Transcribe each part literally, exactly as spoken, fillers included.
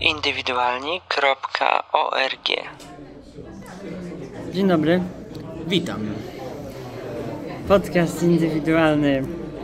indywidualni kropka org. Dzień dobry. Witam. Podcast indywidualny,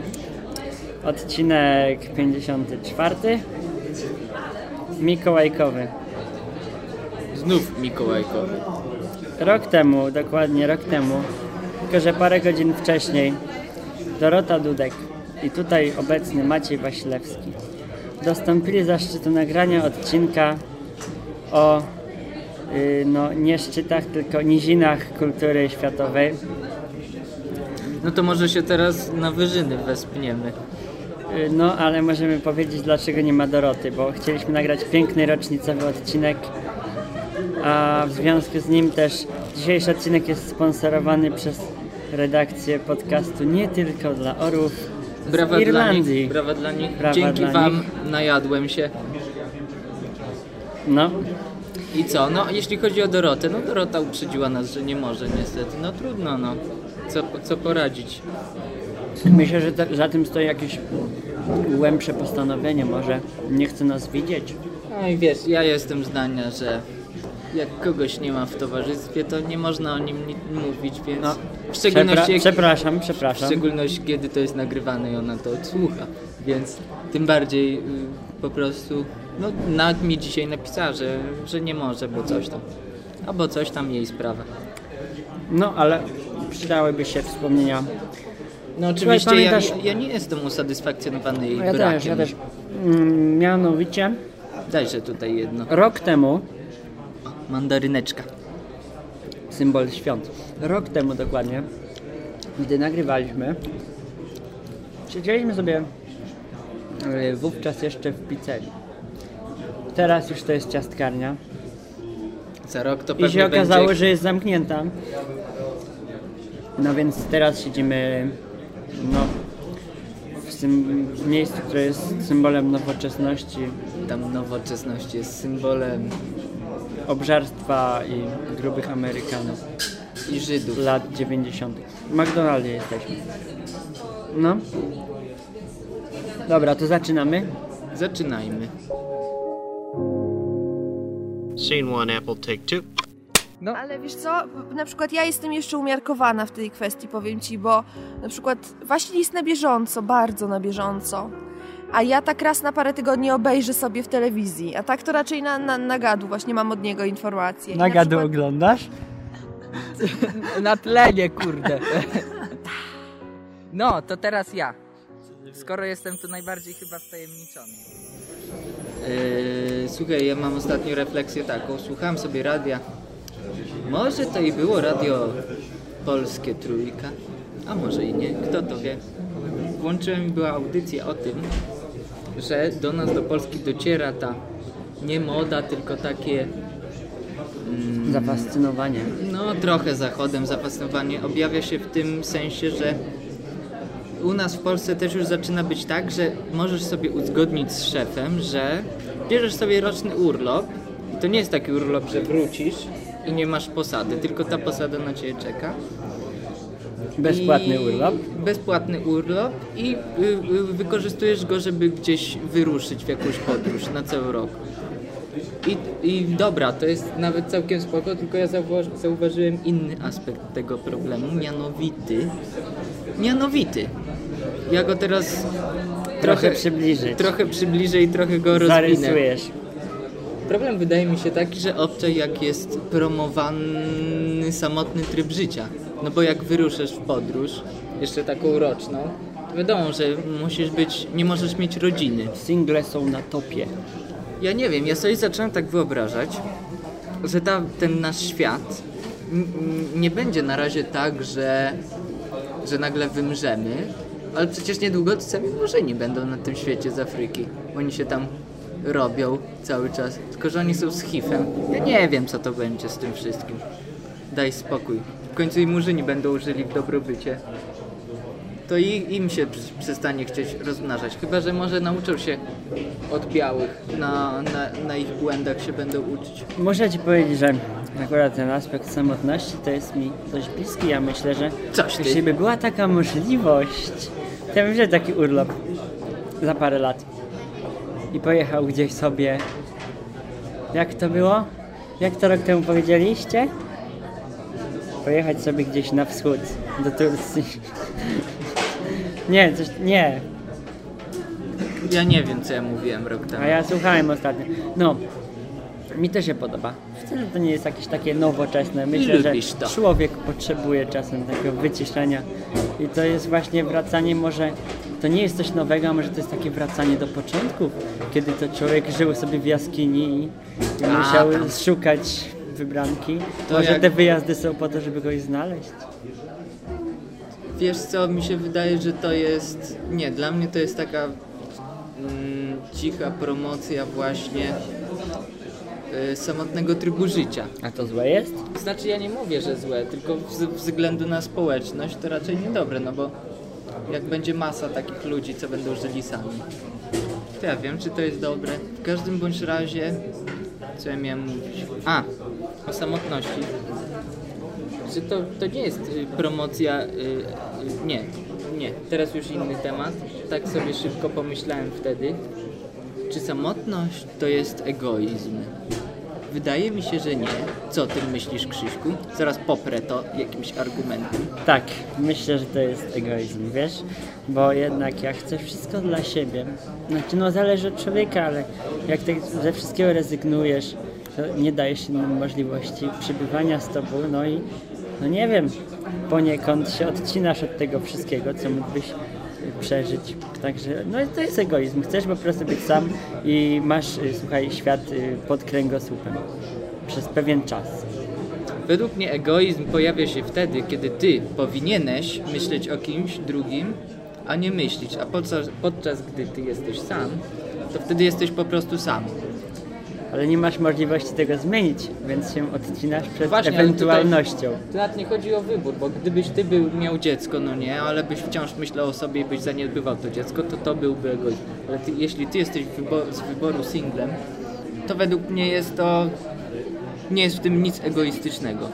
odcinek pięćdziesiąty czwarty, mikołajkowy. Znów mikołajkowy. Rok temu, dokładnie rok temu, tylko że parę godzin wcześniej, Dorota Dudek i tutaj obecny Maciej Wasilewski dostąpili zaszczytu nagrania odcinka o yy, no nie szczytach, tylko nizinach kultury światowej. No to może się teraz na wyżyny wespniemy. Yy, no ale możemy powiedzieć, dlaczego nie ma Doroty, bo chcieliśmy nagrać piękny rocznicowy odcinek, a w związku z nim też dzisiejszy odcinek jest sponsorowany przez redakcję podcastu Nie Tylko dla Orłów Brawa z Irlandii. Dla nich, brawa dla nich. Brawa Dzięki dla wam nich. najadłem się. No. I co? No jeśli chodzi o Dorotę, no Dorota uprzedziła nas, że nie może niestety. No trudno, no. Co, co poradzić? Myślę, że ta, za tym stoi jakieś głębsze postanowienie, może nie chce nas widzieć. No i wiesz, ja jestem zdania, że jak kogoś nie ma w towarzystwie, to nie można o nim ni- mówić, więc No. w szczególności Przepra- jak, przepraszam, w przepraszam. szczególności kiedy to jest nagrywane i ona to odsłucha, więc tym bardziej y, po prostu, no nawet mi dzisiaj napisała, że, że nie może, bo coś tam, albo coś tam jej sprawa. No, ale przydałyby się wspomnienia. No oczywiście Słuchaj, ja, pamiętasz- ja, ja nie jestem usatysfakcjonowany jej Ja brakiem. też, ja też. Mm, mianowicie, Dajże tutaj jedno. rok temu, Mandaryneczka. symbol świąt, rok temu dokładnie, gdy nagrywaliśmy, siedzieliśmy sobie y, wówczas jeszcze w pizzerii. Teraz już to jest ciastkarnia. Za rok to I pewnie się okazało, będzie... że jest zamknięta. No więc teraz siedzimy no, w, sym- w miejscu, które jest symbolem nowoczesności, Tam nowoczesność jest symbolem obżarstwa i grubych Amerykanów i Żydów. lat dziewięćdziesiątych. W McDonaldzie jesteśmy. No. Dobra, to zaczynamy. Zaczynajmy. Scene one, Apple, take two. No. Ale wiesz co, na przykład ja jestem jeszcze umiarkowana w tej kwestii, powiem ci, bo na przykład Wasil jest na bieżąco, bardzo na bieżąco, a ja tak raz na parę tygodni obejrzę sobie w telewizji, a tak to raczej na, na, na gadu, właśnie mam od niego informacje. I Na gadu przykład- oglądasz? Na tlenie, kurde. No, to teraz ja. Skoro jestem tu najbardziej chyba wtajemniczony. Eee, słuchaj, ja mam ostatnio refleksję taką. Słuchałem sobie radia. Może to i było radio polskie Trójka, a może i nie, kto to wie. Włączyłem i była audycja o tym, że do nas do Polski dociera ta nie moda, tylko takie mm, Zafascynowanie. no trochę zachodem zafascynowanie objawia się w tym sensie, że u nas w Polsce też już zaczyna być tak, że możesz sobie uzgodnić z szefem, że bierzesz sobie roczny urlop i to nie jest taki urlop, że wrócisz i nie masz posady, tylko ta posada na ciebie czeka. Bezpłatny I urlop. Bezpłatny urlop i y, y, wykorzystujesz go, żeby gdzieś wyruszyć w jakąś podróż na cały rok. I, I dobra, to jest nawet całkiem spoko, tylko ja zauważ, zauważyłem inny aspekt tego problemu, mianowity. Mianowity. Ja go teraz Trochę przybliżyć. trochę przybliżę i trochę go rozwinę. Zarysujesz. Problem wydaje mi się taki, że obczaj jak jest promowany samotny tryb życia. No bo jak wyruszysz w podróż, jeszcze taką roczną, to wiadomo, że musisz być, nie możesz mieć rodziny. Single są na topie. Ja nie wiem, ja sobie zacząłem tak wyobrażać, że ta, ten nasz świat n- n- nie będzie na razie tak, że, że nagle wymrzemy, ale przecież niedługo sami murzyni będą na tym świecie z Afryki. Oni się tam robią cały czas, tylko że oni są z hifem. Ja nie wiem, co to będzie z tym wszystkim. Daj spokój. W końcu i murzyni będą żyli w dobrobycie. To i im się pr- przestanie chcieć rozmnażać. Chyba że może nauczą się od białych. Na, na, na ich błędach się będą uczyć. Muszę ci powiedzieć, że akurat ten aspekt samotności to jest mi dość bliski. Ja myślę, że Coś ty. jeśli by była taka możliwość, to ja bym wziął taki urlop za parę lat i pojechał gdzieś sobie Jak to było? Jak to rok temu powiedzieliście? Pojechać sobie gdzieś na wschód, do Turcji. Nie, coś, nie. Ja nie wiem, co ja mówiłem rok temu. A ja słuchałem ostatnio. No, mi to się podoba. Wcale to nie jest jakieś takie nowoczesne. Myślę, Lubisz że to. człowiek potrzebuje czasem takiego wyciszenia. I to jest właśnie wracanie może... To nie jest coś nowego, a może to jest takie wracanie do początków, kiedy to człowiek żył sobie w jaskini i, i A, musiał tam. szukać wybranki. To może jak- te wyjazdy są po to, żeby kogoś znaleźć. Wiesz co, mi się wydaje, że to jest... Nie, dla mnie to jest taka mm, cicha promocja właśnie y, samotnego trybu życia. A to złe jest? Znaczy ja nie mówię, że złe, tylko ze względu na społeczność to raczej niedobre, no bo jak będzie masa takich ludzi, co będą żyli sami, to ja wiem, czy to jest dobre. W każdym bądź razie, co ja miałem mówić? A, o samotności. Czy to, to nie jest y, promocja... Y, y, nie, nie, teraz już inny temat. Tak sobie szybko pomyślałem wtedy. Czy samotność to jest egoizm? Wydaje mi się, że nie. Co o tym myślisz, Krzyśku? Zaraz poprę to jakimś argumentem. Tak, myślę, że to jest egoizm, wiesz? Bo jednak jak chcesz wszystko dla siebie, znaczy no zależy od człowieka, ale jak tak ze wszystkiego rezygnujesz, to nie dajesz innym możliwości przybywania z tobą, no i no nie wiem, poniekąd się odcinasz od tego wszystkiego, co mógłbyś przeżyć. Także no to jest egoizm. Chcesz po prostu być sam i masz, y, słuchaj, świat y, pod kręgosłupem przez pewien czas. Według mnie egoizm pojawia się wtedy, kiedy ty powinieneś myśleć o kimś drugim, a nie myśleć. A podczas, podczas gdy ty jesteś sam, to wtedy jesteś po prostu sam. Ale nie masz możliwości tego zmienić, więc się odcinasz przed Właśnie, ale ewentualnością. To nawet nie chodzi o wybór, bo gdybyś ty był, miał dziecko, no nie, ale byś wciąż myślał o sobie i byś zaniedbywał to dziecko, to to byłby egoizm. Ale ty, jeśli ty jesteś wybo- z wyboru singlem, to według mnie jest to... Nie jest w tym nic egoistycznego.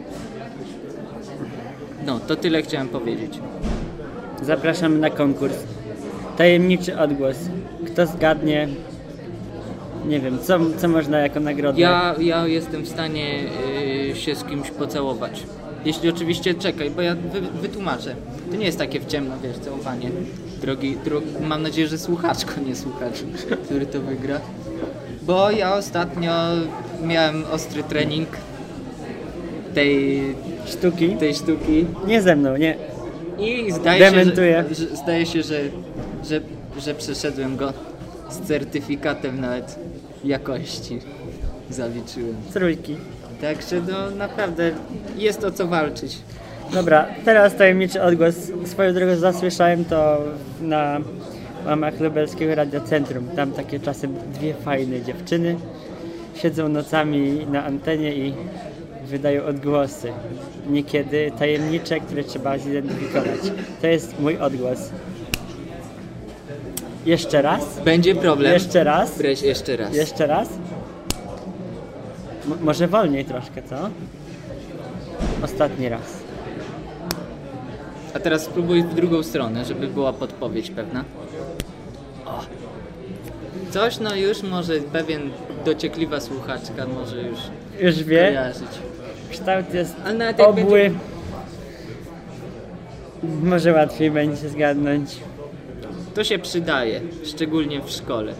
No, to tyle chciałem powiedzieć. Zapraszamy na konkurs. Tajemniczy odgłos. Kto zgadnie, nie wiem, co, co można jako nagrodę. Ja, ja jestem w stanie y, się z kimś pocałować. Jeśli oczywiście, czekaj, bo ja wy, wytłumaczę. To nie jest takie w ciemno, wiesz, całowanie. Drogi, drogi, mam nadzieję, że słuchaczko, nie słuchacz, który to wygra. Bo ja ostatnio miałem ostry trening tej, Sztuki? tej sztuki Nie ze mną, nie. i zdaje Dementuję. się, że, że, zdaje się, że, że, że przeszedłem go z certyfikatem nawet jakości. Zaliczyłem. Trójki. Także no naprawdę jest o co walczyć. Dobra, teraz tajemniczy odgłos. Swoją drogą zasłyszałem to na łamach lubelskiego radiocentrum. Tam takie czasem dwie fajne dziewczyny siedzą nocami na antenie i wydają odgłosy. Niekiedy tajemnicze, które trzeba zidentyfikować. To jest mój odgłos. Jeszcze raz. Będzie problem. Jeszcze raz. Breź jeszcze raz. Jeszcze raz. M- może wolniej troszkę, co? Ostatni raz. A teraz spróbuj w drugą stronę, żeby była podpowiedź pewna. O. Coś no już może pewien dociekliwa słuchaczka może już Już wie. kojarzyć. Kształt jest Ale nawet jak obły. będzie- Może łatwiej będzie zgadnąć. To się przydaje, szczególnie w szkole.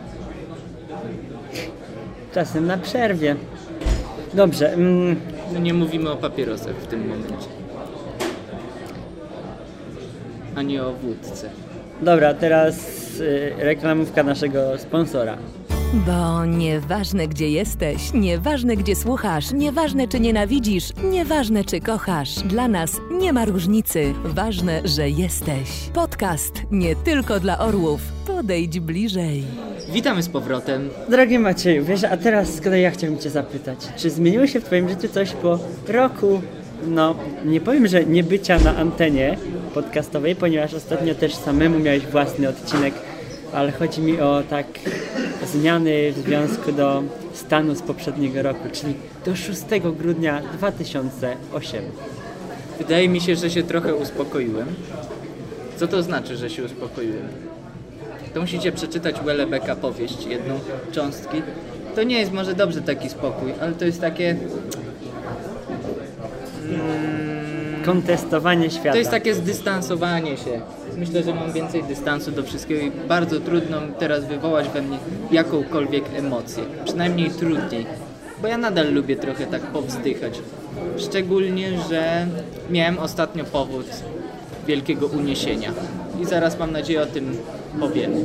Czasem na przerwie. Dobrze. Mm, No nie mówimy o papierosach w tym momencie. Ani o wódce. dobra, teraz y, reklamówka naszego sponsora. Bo nieważne gdzie jesteś, nieważne gdzie słuchasz, nieważne czy nienawidzisz, nieważne czy kochasz, dla nas nie ma różnicy. Ważne, że jesteś. Podcast nie tylko dla orłów. Podejdź bliżej. Witamy z powrotem. Drogi Macieju, wiesz, a teraz z kolei ja chciałbym Cię zapytać, czy zmieniło się w Twoim życiu coś po roku, no nie powiem, że nie bycia na antenie podcastowej, ponieważ ostatnio też samemu miałeś własny odcinek, ale chodzi mi o tak zmiany w związku do stanu z poprzedniego roku, czyli do szóstego grudnia dwa tysiące ósmego. Wydaje mi się, że się trochę uspokoiłem. Co to znaczy, że się uspokoiłem? To musicie przeczytać Welebecka powieść, jedną, Cząstki. to nie jest może dobrze taki spokój, ale to jest takie... Mm, Kontestowanie świata. to jest takie zdystansowanie się. Myślę, że mam więcej dystansu do wszystkiego i bardzo trudno teraz wywołać we mnie jakąkolwiek emocję. Przynajmniej trudniej. Bo ja nadal lubię trochę tak powzdychać. Szczególnie, że miałem ostatnio powód wielkiego uniesienia. I zaraz mam nadzieję o tym powiemy.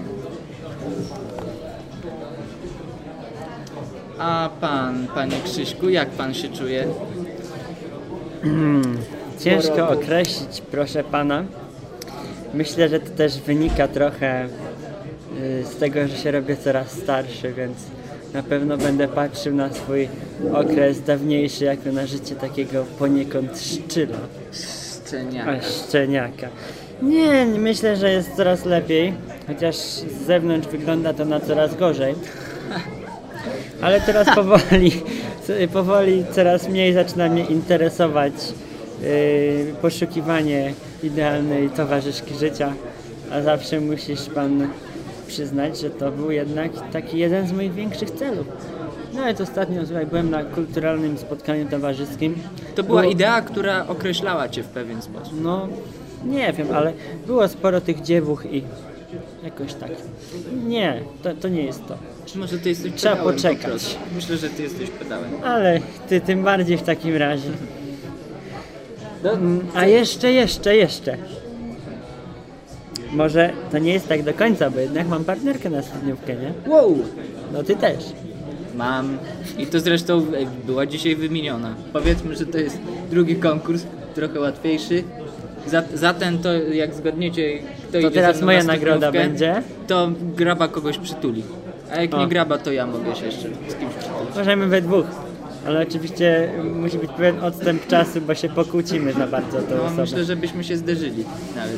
A pan, panie Krzyśku, jak pan się czuje? Ciężko określić, proszę pana. Myślę, że to też wynika trochę y, z tego, że się robię coraz starszy, więc na pewno będę patrzył na swój okres dawniejszy jako na życie takiego poniekąd szczyla. Szczeniaka. A, szczeniaka. Nie, myślę, że jest coraz lepiej, chociaż z zewnątrz wygląda to na coraz gorzej. Ale teraz powoli, powoli coraz mniej zaczyna mnie interesować yy, poszukiwanie idealnej towarzyszki życia, a zawsze musisz pan przyznać, że to był jednak taki jeden z moich większych celów. Nawet ostatnio, słuchaj, byłem na kulturalnym spotkaniu towarzyskim. To była Było- idea, która określała cię w pewien sposób. No, nie wiem, ale było sporo tych dziewuch i jakoś tak. Nie, to, to nie jest to. Czy może ty jesteś Trzeba pedałem po poczekać. prostu? Myślę, że ty jesteś pedałem. Ale ty tym bardziej w takim razie. Mm, A jeszcze, jeszcze, jeszcze. Może to nie jest tak do końca, bo jednak mam partnerkę na studniówkę, nie? Wow! No ty też. Mam. I to zresztą e, była dzisiaj wymieniona. Powiedzmy, że to jest drugi konkurs, trochę łatwiejszy. Za, za ten to jak zgadniecie, kto To idzie teraz ze mną moja na nagroda studniówkę, będzie? To graba kogoś przytuli. A jak O. nie graba, to ja mogę się jeszcze z kimś przytulić. Możemy we dwóch. Ale oczywiście musi być pewien odstęp czasu, bo się pokłócimy za bardzo tą No, osobę. myślę, żebyśmy się zderzyli nawet.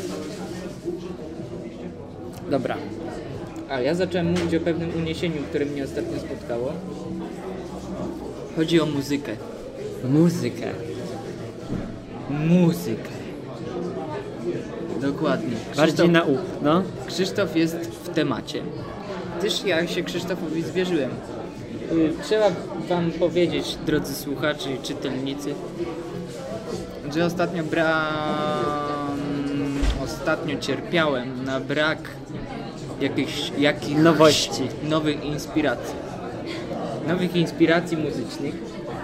Dobra. A ja zacząłem mówić o pewnym uniesieniu, które mnie ostatnio spotkało. Chodzi o muzykę. Muzykę. Muzykę. Dokładnie. Bardziej na U, no. Krzysztof jest w temacie. Też ja się Krzysztofowi zwierzyłem. Y, Trzeba wam powiedzieć, drodzy słuchacze i czytelnicy, że ostatnio bra... ostatnio cierpiałem na brak jakichś, jakichś Nowości. nowych inspiracji. Nowych inspiracji muzycznych.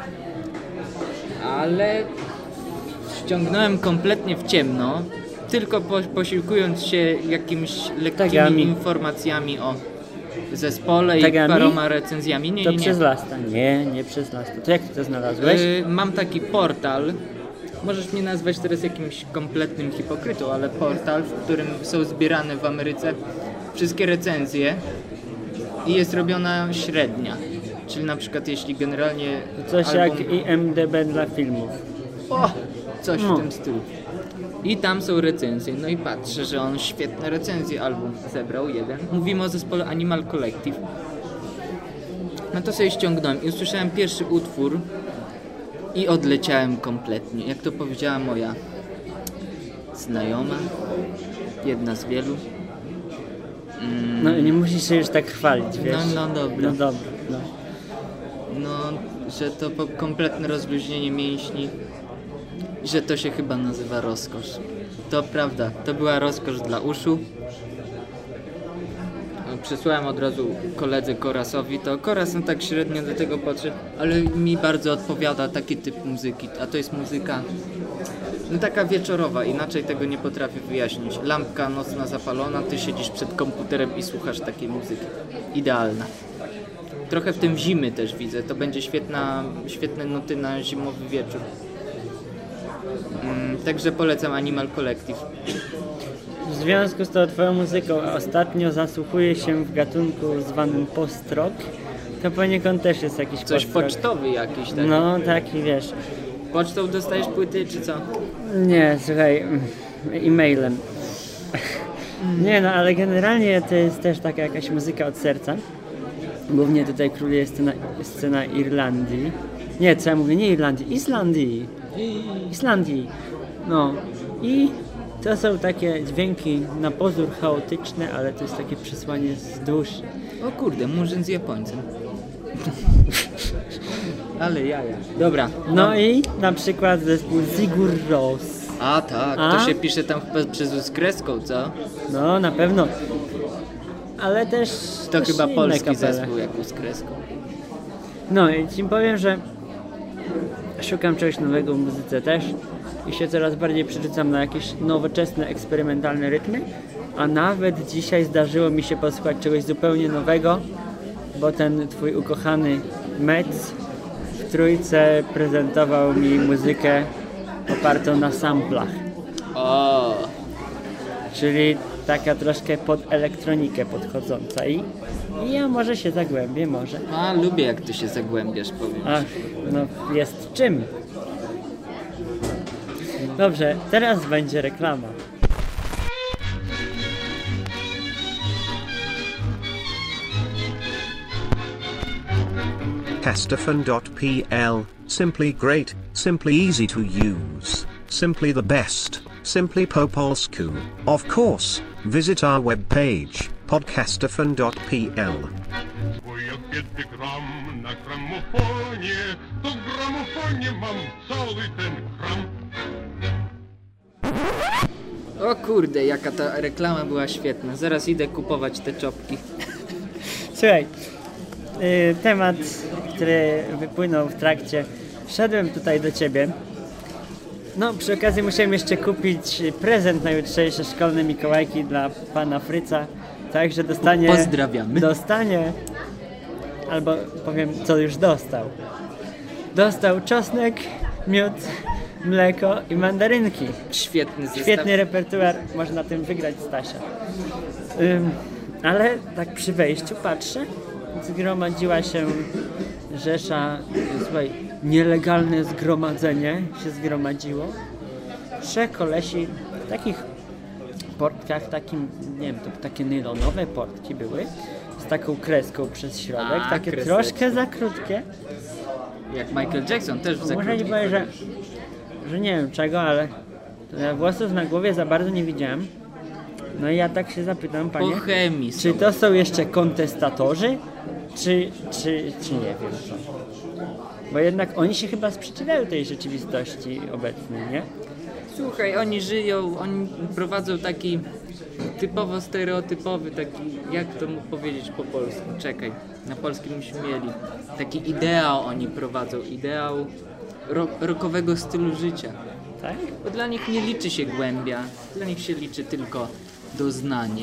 Ale ściągnąłem kompletnie w ciemno, tylko po, posiłkując się jakimiś lekkimi Tagami. informacjami o zespole i Tagami? paroma recenzjami. Nie, To nie, nie. przez lasta. Nie, nie przez lasta. To jak ty to znalazłeś? Y, mam taki portal. Możesz mnie nazwać teraz jakimś kompletnym hipokrytą, ale portal, w którym są zbierane w Ameryce wszystkie recenzje i jest robiona średnia. Czyli na przykład jeśli generalnie Coś album... jak I M D B dla filmów. O! Coś No. w tym stylu. I tam są recenzje. No i patrzę, że on świetne recenzje album zebrał, jeden. Mówimy o zespole Animal Collective. No to sobie ściągnąłem i usłyszałem pierwszy utwór i odleciałem kompletnie. Jak to powiedziała moja znajoma, jedna z wielu. Mm, No nie musisz się już tak chwalić, wiesz? No, no dobra. No dobra, no. No, że to po- kompletne rozluźnienie mięśni i że to się chyba nazywa rozkosz. To prawda, to była rozkosz dla uszu. Przesłałem od razu koledze Korasowi, to Koras no tak średnio do tego podszedł, ale mi bardzo odpowiada taki typ muzyki, a to jest muzyka no taka wieczorowa, inaczej tego nie potrafię wyjaśnić. Lampka nocna zapalona, ty siedzisz przed komputerem i słuchasz takiej muzyki. Idealna. Trochę w tym zimy też widzę, to będzie świetna, świetne nuty na zimowy wieczór. Mm, także polecam Animal Collective. W związku z tą twoją muzyką ostatnio zasłuchuje się w gatunku zwanym post-rock. To poniekąd też jest jakiś Coś post-rock. pocztowy jakiś taki. No taki wiesz. Pocztą dostajesz płyty czy co? Nie, słuchaj, mm, e-mailem. Nie no, ale generalnie to jest też taka jakaś muzyka od serca. Głównie tutaj króluje scena, scena Irlandii. Nie, co ja mówię, nie Irlandii, Islandii. Islandii. No i to są takie dźwięki na pozór chaotyczne, ale to jest takie przesłanie z duszy. O kurde, murzyn z Japońcem. Ale jaja. Dobra. No i na przykład zespół Sigur Rós. A tak, A? to się pisze tam w- przez z kreską, co? No na pewno. Ale też To też chyba inne polski kapele. zespół jak z kreską. No i ci powiem, że szukam czegoś nowego w muzyce też i się coraz bardziej przerzucam na jakieś nowoczesne, eksperymentalne rytmy, a nawet dzisiaj zdarzyło mi się posłuchać czegoś zupełnie nowego, bo ten twój ukochany Metz w trójce prezentował mi muzykę opartą na samplach, O, czyli taka troszkę pod elektronikę podchodząca i, i ja może się zagłębię, może. a lubię jak ty się zagłębiasz, powiem. Ach, no jest czym. Dobrze, teraz będzie reklama. Castafan dot p l. Simply great, simply easy to use, simply the best, simply po polsku. Of course, visit our webpage, podcastafan dot p l. Bo jak kiedy gram na gramofonie, to w gramofonie mam cały ten gram. O kurde, jaka ta reklama była świetna. Zaraz idę kupować te czopki. Słuchaj, y, temat, który wypłynął w trakcie. Wszedłem tutaj do ciebie. No, przy okazji musiałem jeszcze kupić prezent na jutrzejsze szkolne Mikołajki dla pana Fryca. Także dostanie... Pozdrawiamy. Dostanie... Albo powiem, co już dostał. Dostał czosnek, miód, mleko i mandarynki. Świetny zestaw. Świetny repertuar, można tym wygrać Stasia. Ym, ale tak przy wejściu patrzę, zgromadziła się rzesza, słuchaj, nielegalne zgromadzenie się zgromadziło. Trzech kolesi w takich portkach, takim, nie wiem, to takie nylonowe portki były, z taką kreską przez środek, A, takie kreseczki. troszkę za krótkie. Jak Michael Jackson też w Muszę ci zakresie. powiedzieć, że, że nie wiem czego, ale to ja włosów na głowie za bardzo nie widziałem. No i ja tak się zapytam, Po panie, chemii są. czy to są jeszcze kontestatorzy, czy, czy, czy nie wiem co. Bo jednak oni się chyba sprzeciwiają tej rzeczywistości obecnej, nie? Słuchaj, oni żyją, oni prowadzą taki typowo stereotypowy, taki, jak to mu powiedzieć po polsku, czekaj, na polskim myśmy mieli, taki ideał oni prowadzą, ideał ro rockowego stylu życia. Tak? Bo dla nich nie liczy się głębia, dla nich się liczy tylko doznanie.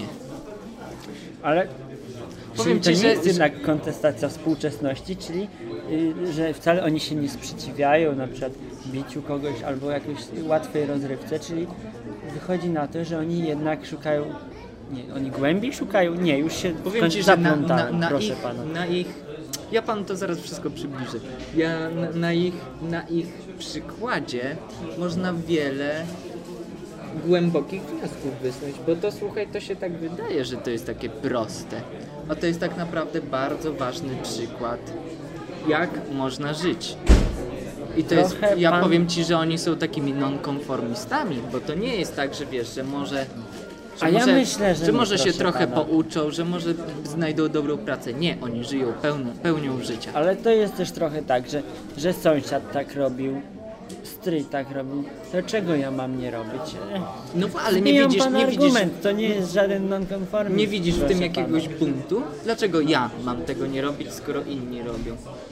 Ale Powiem czyli to ci, nie że- jest jednak kontestacja współczesności, czyli y, że wcale oni się nie sprzeciwiają na przykład biciu kogoś albo jakiejś łatwej rozrywce, czyli wychodzi na to, że oni jednak szukają, nie, oni głębiej szukają, nie, już się Powiem ci, że na, na, zaplątałem, na, proszę ich, pana. na ich... Ja panu to zaraz wszystko przybliżę. Ja na, na, ich, na ich przykładzie można wiele głębokich wniosków wysnuć, bo to słuchaj, to się tak wydaje, że to jest takie proste. A to jest tak naprawdę bardzo ważny przykład, jak można żyć. I to jest, Trochę ja pan- powiem ci, że oni są takimi nonkonformistami, bo to nie jest tak, że wiesz, że może... Że A ja może, myślę, że nie, może się proszę trochę pana. pouczą, że może znajdą dobrą pracę. Nie, oni żyją pełną, pełnią życia. Ale to jest też trochę tak, że, że sąsiad tak robił, stryj tak robił, to czego ja mam nie robić? Eh, No ale nie Zmieniam widzisz, pan nie widzisz, argument, to nie jest żaden nonkonformizm. nie widzisz w proszę tym jakiegoś pana. buntu? Dlaczego ja mam tego nie robić, skoro inni robią?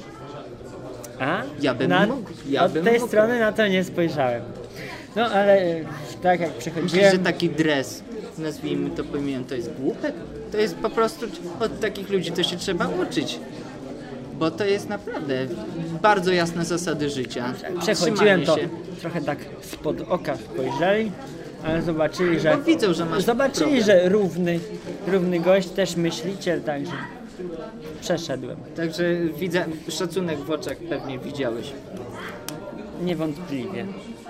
A? Ja bym na, mógł, ja Od bym tej mógł. strony na to nie spojrzałem. No ale e, tak jak Myślisz, przechodziłem... że taki dres, nazwijmy to po imieniu, to jest głupek? To jest po prostu, od takich ludzi to się trzeba uczyć. Bo to jest naprawdę bardzo jasne zasady życia. Przechodziłem to Trzymanie się. trochę tak spod oka spojrzeli, ale zobaczyli, że... Bo widzą, że masz Zobaczyli, problem. że równy, równy gość, też myśliciel, także przeszedłem. Także widzę, szacunek w oczach pewnie widziałeś. Niewątpliwie.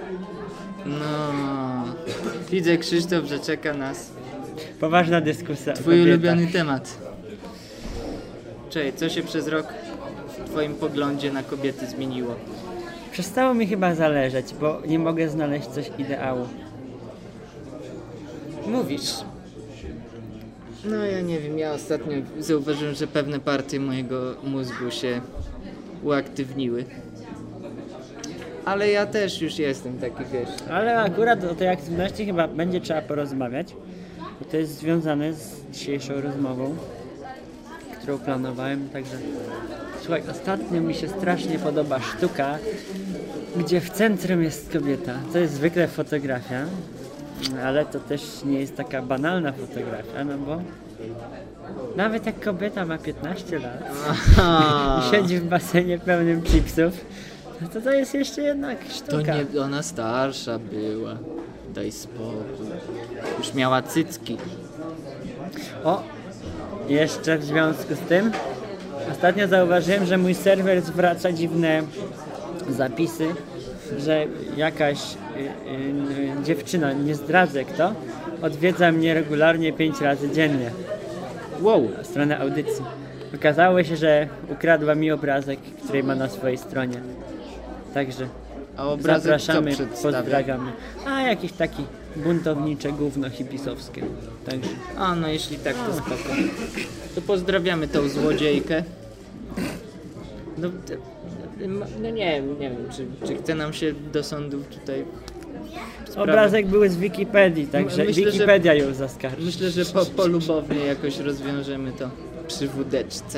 No, widzę Krzysztof, że czeka nas Poważna dyskusja. o twój kobietach. ulubiony temat. Czekaj, co się przez rok w twoim poglądzie na kobiety zmieniło? Przestało mi chyba zależeć, bo nie mogę znaleźć coś ideału. Mówisz. No ja nie wiem, ja ostatnio zauważyłem, że pewne partie mojego mózgu się uaktywniły. Ale ja też już jestem taki, wiesz. Ale akurat o tej aktywności chyba będzie trzeba porozmawiać, bo to jest związane z dzisiejszą rozmową, którą planowałem, także słuchaj, ostatnio mi się strasznie podoba sztuka, gdzie w centrum jest kobieta. To jest zwykle fotografia, ale to też nie jest taka banalna fotografia, no bo nawet jak kobieta ma piętnaście lat i siedzi w basenie pełnym chipsów, no to to jest jeszcze jednak sztuka. To nie, ona starsza była. Daj spokój. Już miała cycki. O, jeszcze w związku z tym ostatnio zauważyłem, że mój serwer zwraca dziwne zapisy, że jakaś y, y, dziewczyna, nie zdradzę kto, odwiedza mnie regularnie pięć razy dziennie. Wow, stronę audycji. Okazało się, że ukradła mi obrazek, który ma na swojej stronie. Także A obrazek zapraszamy, co przedstawia? pozdrawiamy. A jakieś taki buntownicze gówno hipisowskie. Także. A no jeśli tak, to spoko. To pozdrawiamy tą złodziejkę. No, te- no nie wiem, nie wiem, czy, czy chce nam się do sądów tutaj... sprawy- Obrazek był z Wikipedii, także Myślę, że- Wikipedia ją zaskarży. Myślę, że po, polubownie jakoś rozwiążemy to przy wódeczce.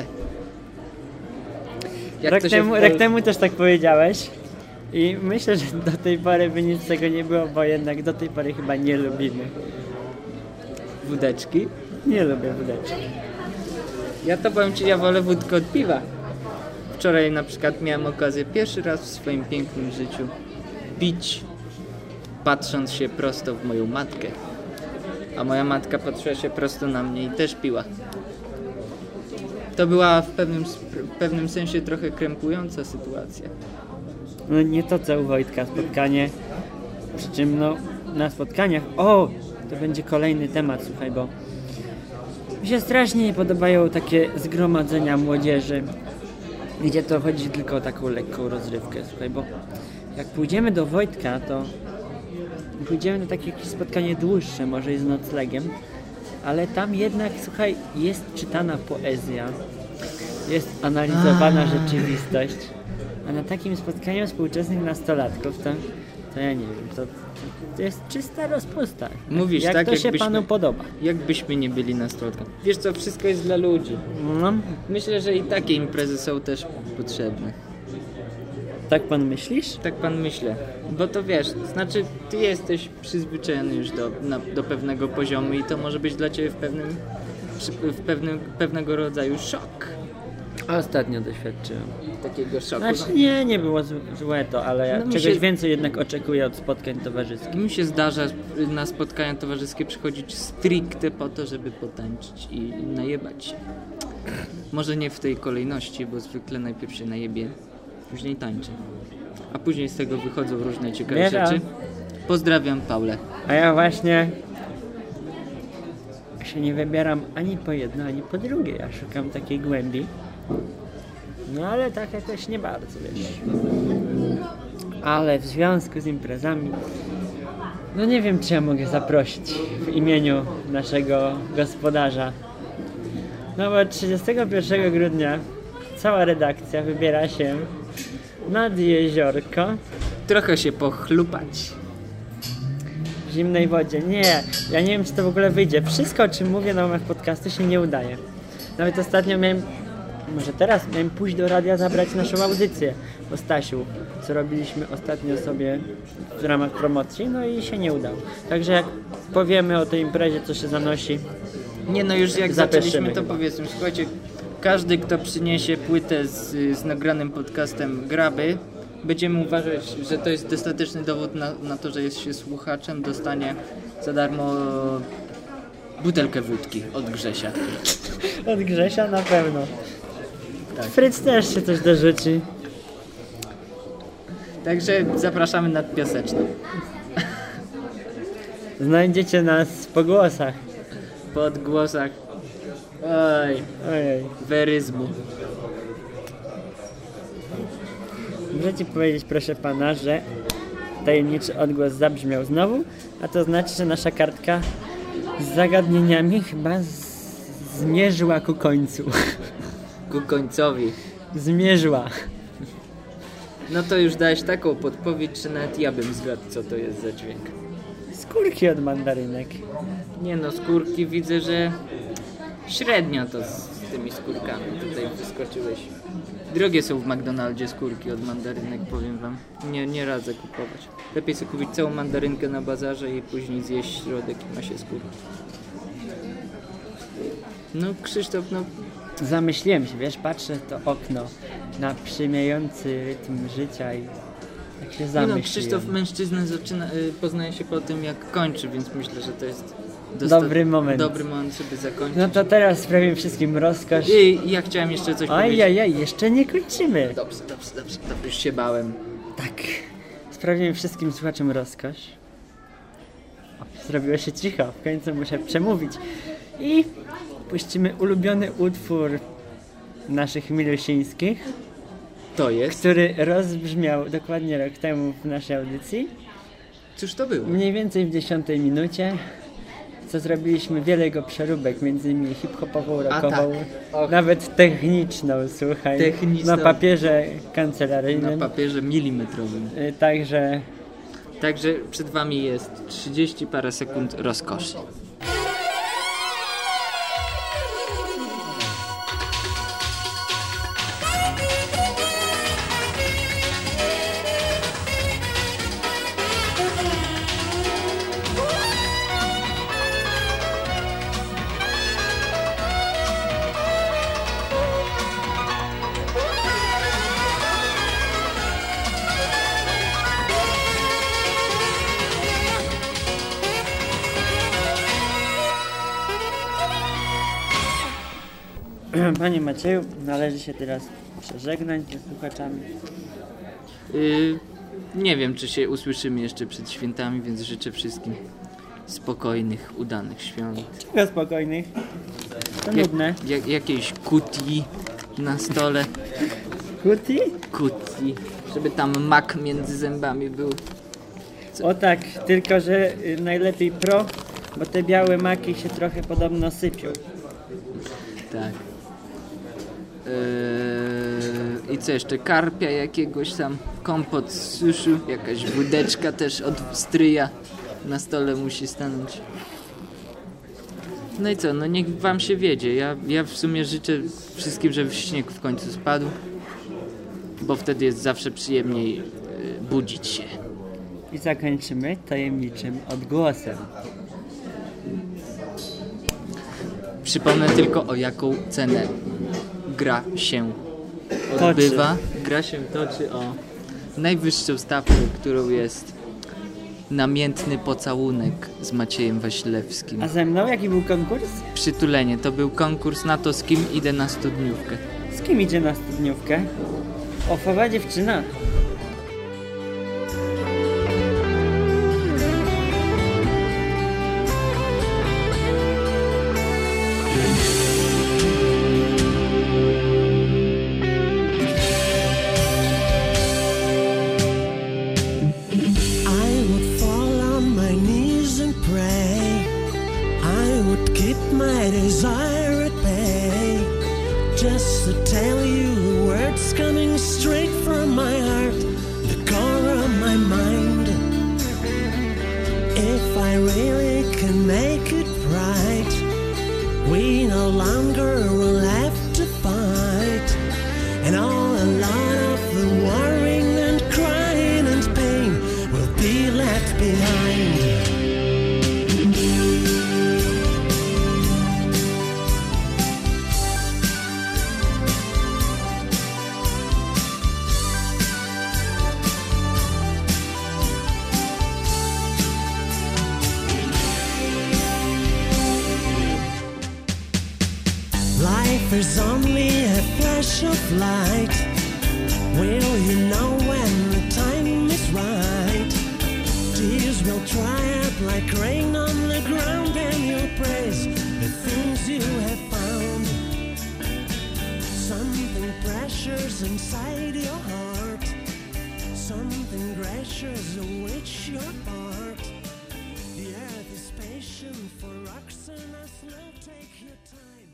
Jak Rok to się temu, w Pol- rok temu też tak powiedziałeś i myślę, że do tej pory by nic z tego nie było, bo jednak do tej pory chyba nie lubimy wódeczki? Nie lubię wódeczki. Ja to powiem ci, ja wolę wódkę od piwa. Wczoraj na przykład miałem okazję pierwszy raz w swoim pięknym życiu pić, patrząc się prosto w moją matkę. A moja matka patrzyła się prosto na mnie i też piła. To była w pewnym, w pewnym sensie trochę krępująca sytuacja. No nie to co u Wojtka, spotkanie, przy czym no na spotkaniach, o, to będzie kolejny temat, słuchaj, bo mi się strasznie nie podobają takie zgromadzenia młodzieży, gdzie to chodzi tylko o taką lekką rozrywkę, słuchaj, bo jak pójdziemy do Wojtka, to pójdziemy na takie jakieś spotkanie dłuższe, może i z noclegiem, ale tam jednak, słuchaj, jest czytana poezja, jest analizowana rzeczywistość, a na takim spotkaniu współczesnych nastolatków to, to ja nie wiem, to, to jest czysta rozpusta. Mówisz, jak tak, to się jakbyśmy- panu podoba? Jakbyśmy nie byli nastolatkami. Wiesz co, wszystko jest dla ludzi. No, Myślę, że i takie imprezy są też potrzebne. tak pan myślisz? Tak pan myślę. Bo to wiesz, znaczy ty jesteś przyzwyczajony już do, na, do pewnego poziomu i to może być dla ciebie w pewnym, przy- w pewnym pewnego rodzaju szok. Ostatnio doświadczyłem. Takiego szoku. Znaczy nie, nie było zł- złe to, ale ja No mi czegoś się- więcej jednak oczekuję od spotkań towarzyskich. Mi się zdarza na spotkania towarzyskie przychodzić stricte po to, żeby potańczyć i najebać się. Może nie w tej kolejności, bo zwykle najpierw się najebie, później tańczę. A później z tego wychodzą różne ciekawe Wiesz, a- rzeczy. Pozdrawiam Paulę. A ja właśnie się nie wybieram ani po jedno, ani po drugie. Ja szukam takiej głębi. No ale tak jakoś nie bardzo, wiesz. Ale w związku z imprezami, no nie wiem, czy ja mogę zaprosić w imieniu naszego gospodarza. No bo trzydziestego pierwszego grudnia cała redakcja wybiera się nad jeziorko Trochę się pochlupać. w zimnej wodzie. Nie, ja nie wiem, czy to w ogóle wyjdzie. Wszystko, o czym mówię na łamach podcastu, się nie udaje. Nawet ostatnio miałem, może teraz miałem pójść do radia zabrać naszą audycję o Stasiu, co robiliśmy ostatnio sobie w ramach promocji, no i się nie udało. Także jak powiemy o tej imprezie, co się zanosi, Nie no, już jak Zapeszymy zaczęliśmy, to chyba. powiedzmy, słuchajcie, każdy, kto przyniesie płytę z, z nagranym podcastem Graby, będziemy uważać, że to jest dostateczny dowód na, na to, że jest się słuchaczem, dostanie za darmo butelkę wódki od Grzesia. od Grzesia na pewno. Fryc też się coś dorzuci. Także zapraszamy nad Piaseczną. Znajdziecie nas po głosach. Po odgłosach oj, Ojej. weryzmu. Muszę ci powiedzieć, proszę pana, że tajemniczy odgłos zabrzmiał znowu, a to znaczy, że nasza kartka z zagadnieniami chyba z... zmierzyła ku końcu. Ku końcowi. Zmierzyła. No to już dałeś taką podpowiedź, że nawet ja bym zgadł, co to jest za dźwięk. Skórki od mandarynek. Nie no, skórki widzę, że średnio to z, z tymi skórkami tutaj wyskoczyłeś. Drogie są w McDonaldzie skórki od mandarynek, powiem wam. Nie, nie radzę kupować. Lepiej sobie kupić całą mandarynkę na bazarze i później zjeść środek i ma się skórki. No Krzysztof, no... Zamyśliłem się, wiesz, patrzę w to okno na przymiejący rytm życia i tak się Nie zamyśliłem. no, Krzysztof mężczyznę zaczyna, y, poznaje się po tym jak kończy, więc myślę, że to jest dobry moment. Dobry moment, żeby zakończyć. No to teraz sprawimy wszystkim rozkosz. I ja chciałem jeszcze coś powiedzieć. Ajajaj, jeszcze nie kończymy. Dobrze, dobrze, dobrze, dobrze, już się bałem. Tak. Sprawimy wszystkim słuchaczom rozkosz. O, zrobiło się cicho, w końcu muszę przemówić. I puścimy ulubiony utwór naszych milusińskich. To jest? Który rozbrzmiał dokładnie rok temu w naszej audycji. Cóż to było? Mniej więcej w dziesiątej minucie. Co zrobiliśmy wiele jego przeróbek, między innymi hip-hopową, rockową, tak. nawet techniczną, słuchaj, Techniczną. na papierze kancelaryjnym. Na papierze milimetrowym. Y, Także... Także przed wami jest trzydzieści parę sekund rozkoszy. Panie Macieju, należy się teraz przeżegnać ze słuchaczami. Yy, nie wiem, czy się usłyszymy jeszcze przed świętami, więc życzę wszystkim spokojnych, udanych świąt. Czego spokojnych? To Jak, nudne. jak, jakiejś kutii na stole. Kuti? Kutii. Żeby tam mak między zębami był. O tak, tylko że y, najlepiej pro, bo te białe maki się trochę podobno sypią. Tak. Yy, I co jeszcze? Karpia jakiegoś tam, kompot z suszu, jakaś wódeczka też od stryja na stole musi stanąć. No i co? No niech wam się wiedzie. Ja, ja w sumie życzę wszystkim, żeby śnieg w końcu spadł, bo wtedy jest zawsze przyjemniej yy, budzić się. I zakończymy tajemniczym odgłosem. Przypomnę tylko, o jaką cenę gra się odbywa. Gra się toczy o najwyższą stawkę, którą jest namiętny pocałunek z Maciejem Wasilewskim. A ze mną jaki był konkurs? Przytulenie. To był konkurs na to, z kim idę na studniówkę. Z kim idzie na studniówkę? Ofowa dziewczyna. Just to tell you the words coming straight from my heart, the core of my mind. If I really can make it right, we no longer will have to fight, and all a lot of the worrying and crying and pain will be left behind. There's only a flash of light. Will you know when the time is right? Tears will dry up like rain on the ground, and you'll praise the things you have found. Something precious inside your heart, something gracious which your part. The earth is patient for rocks and a slow. Take your time.